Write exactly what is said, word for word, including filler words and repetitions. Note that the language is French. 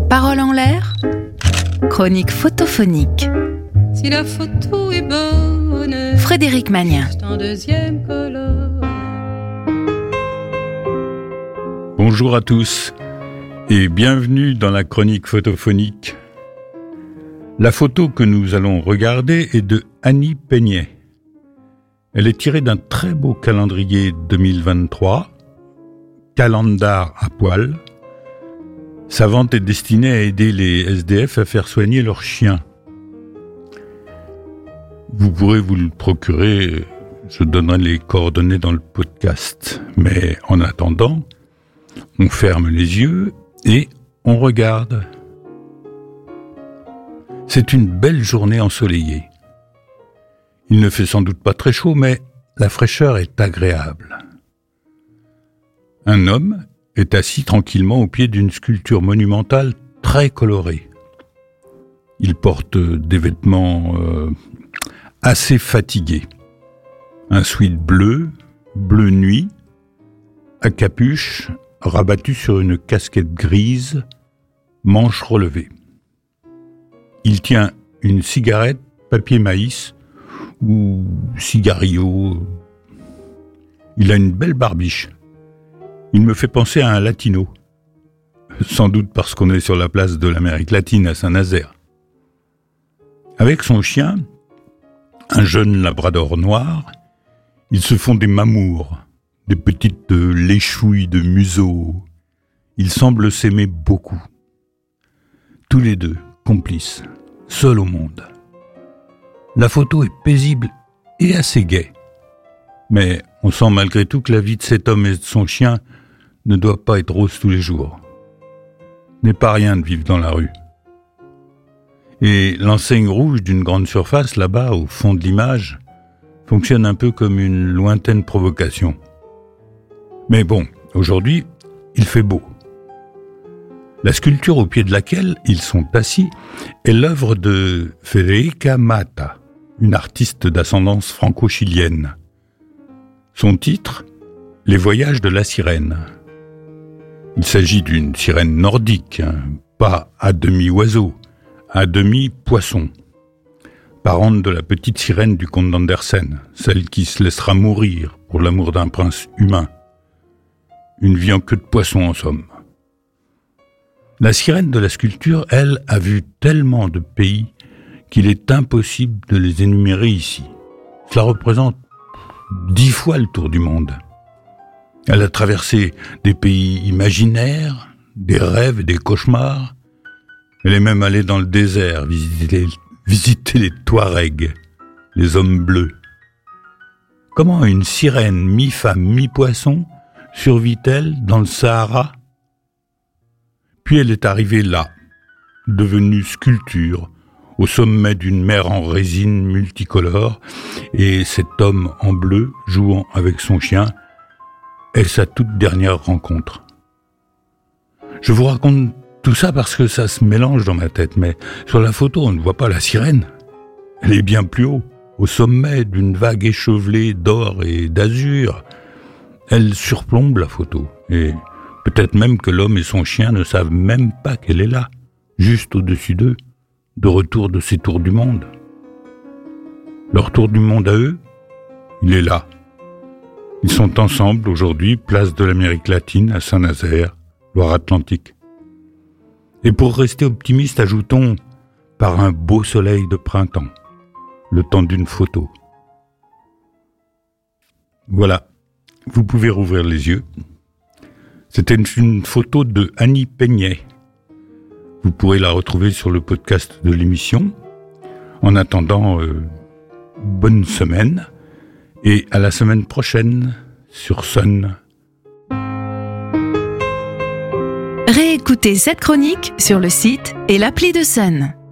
Parole en l'air, chronique photophonique. Si la photo est bonne, Frédéric Magnien. en deuxième colonne. Bonjour à tous et bienvenue dans la chronique photophonique. La photo que nous allons regarder est de Annie Peignet. Elle est tirée d'un très beau calendrier deux mille vingt-trois, Calendar à poil. Sa vente est destinée à aider les S D F à faire soigner leurs chiens. Vous pourrez vous le procurer, je donnerai les coordonnées dans le podcast. Mais en attendant, on ferme les yeux et on regarde. C'est une belle journée ensoleillée. Il ne fait sans doute pas très chaud, mais la fraîcheur est agréable. Un homme est assis tranquillement au pied d'une sculpture monumentale très colorée. Il porte des vêtements euh, assez fatigués. Un sweat bleu, bleu nuit, à capuche, rabattu sur une casquette grise, manche relevée. Il tient une cigarette papier maïs ou cigarillo. Il a une belle barbiche. Il me fait penser à un latino. Sans doute parce qu'on est sur la place de l'Amérique latine à Saint-Nazaire. Avec son chien, un jeune labrador noir, ils se font des mamours, des petites léchouilles de museau. Ils semblent s'aimer beaucoup. Tous les deux, complices, seuls au monde. La photo est paisible et assez gaie. Mais on sent malgré tout que la vie de cet homme et de son chien ne doit pas être rose tous les jours. N'est pas rien de vivre dans la rue. Et l'enseigne rouge d'une grande surface, là-bas, au fond de l'image, fonctionne un peu comme une lointaine provocation. Mais bon, aujourd'hui, il fait beau. La sculpture au pied de laquelle ils sont assis est l'œuvre de Federica Matta, une artiste d'ascendance franco-chilienne. Son titre, Les voyages de la sirène. Il s'agit d'une sirène nordique, hein, pas à demi-oiseau, à demi-poisson. Parente de la petite sirène du comte d'Andersen, celle qui se laissera mourir pour l'amour d'un prince humain. Une vie en queue de poisson en somme. La sirène de la sculpture, elle, a vu tellement de pays qu'il est impossible de les énumérer ici. Cela représente dix fois le tour du monde. Elle a traversé des pays imaginaires, des rêves et des cauchemars. Elle est même allée dans le désert visiter, visiter les Touaregs, les hommes bleus. Comment une sirène mi-femme, mi-poisson survit-elle dans le Sahara ? Puis elle est arrivée là, devenue sculpture, au sommet d'une mer en résine multicolore, et cet homme en bleu, jouant avec son chien, est sa toute dernière rencontre. Je vous raconte tout ça parce que ça se mélange dans ma tête, mais sur la photo, on ne voit pas la sirène. Elle est bien plus haut, au sommet d'une vague échevelée d'or et d'azur. Elle surplombe la photo, et peut-être même que l'homme et son chien ne savent même pas qu'elle est là, juste au-dessus d'eux, de retour de ces tours du monde. Leur tour du monde à eux, il est là. Ils sont ensemble aujourd'hui, place de l'Amérique latine, à Saint-Nazaire, Loire-Atlantique. Et pour rester optimiste, ajoutons par un beau soleil de printemps, le temps d'une photo. Voilà, vous pouvez rouvrir les yeux. C'était une photo de Annie Peignet. Vous pourrez la retrouver sur le podcast de l'émission. En attendant, euh, bonne semaine et à la semaine prochaine sur Sun. Réécoutez cette chronique sur le site et l'appli de Sun.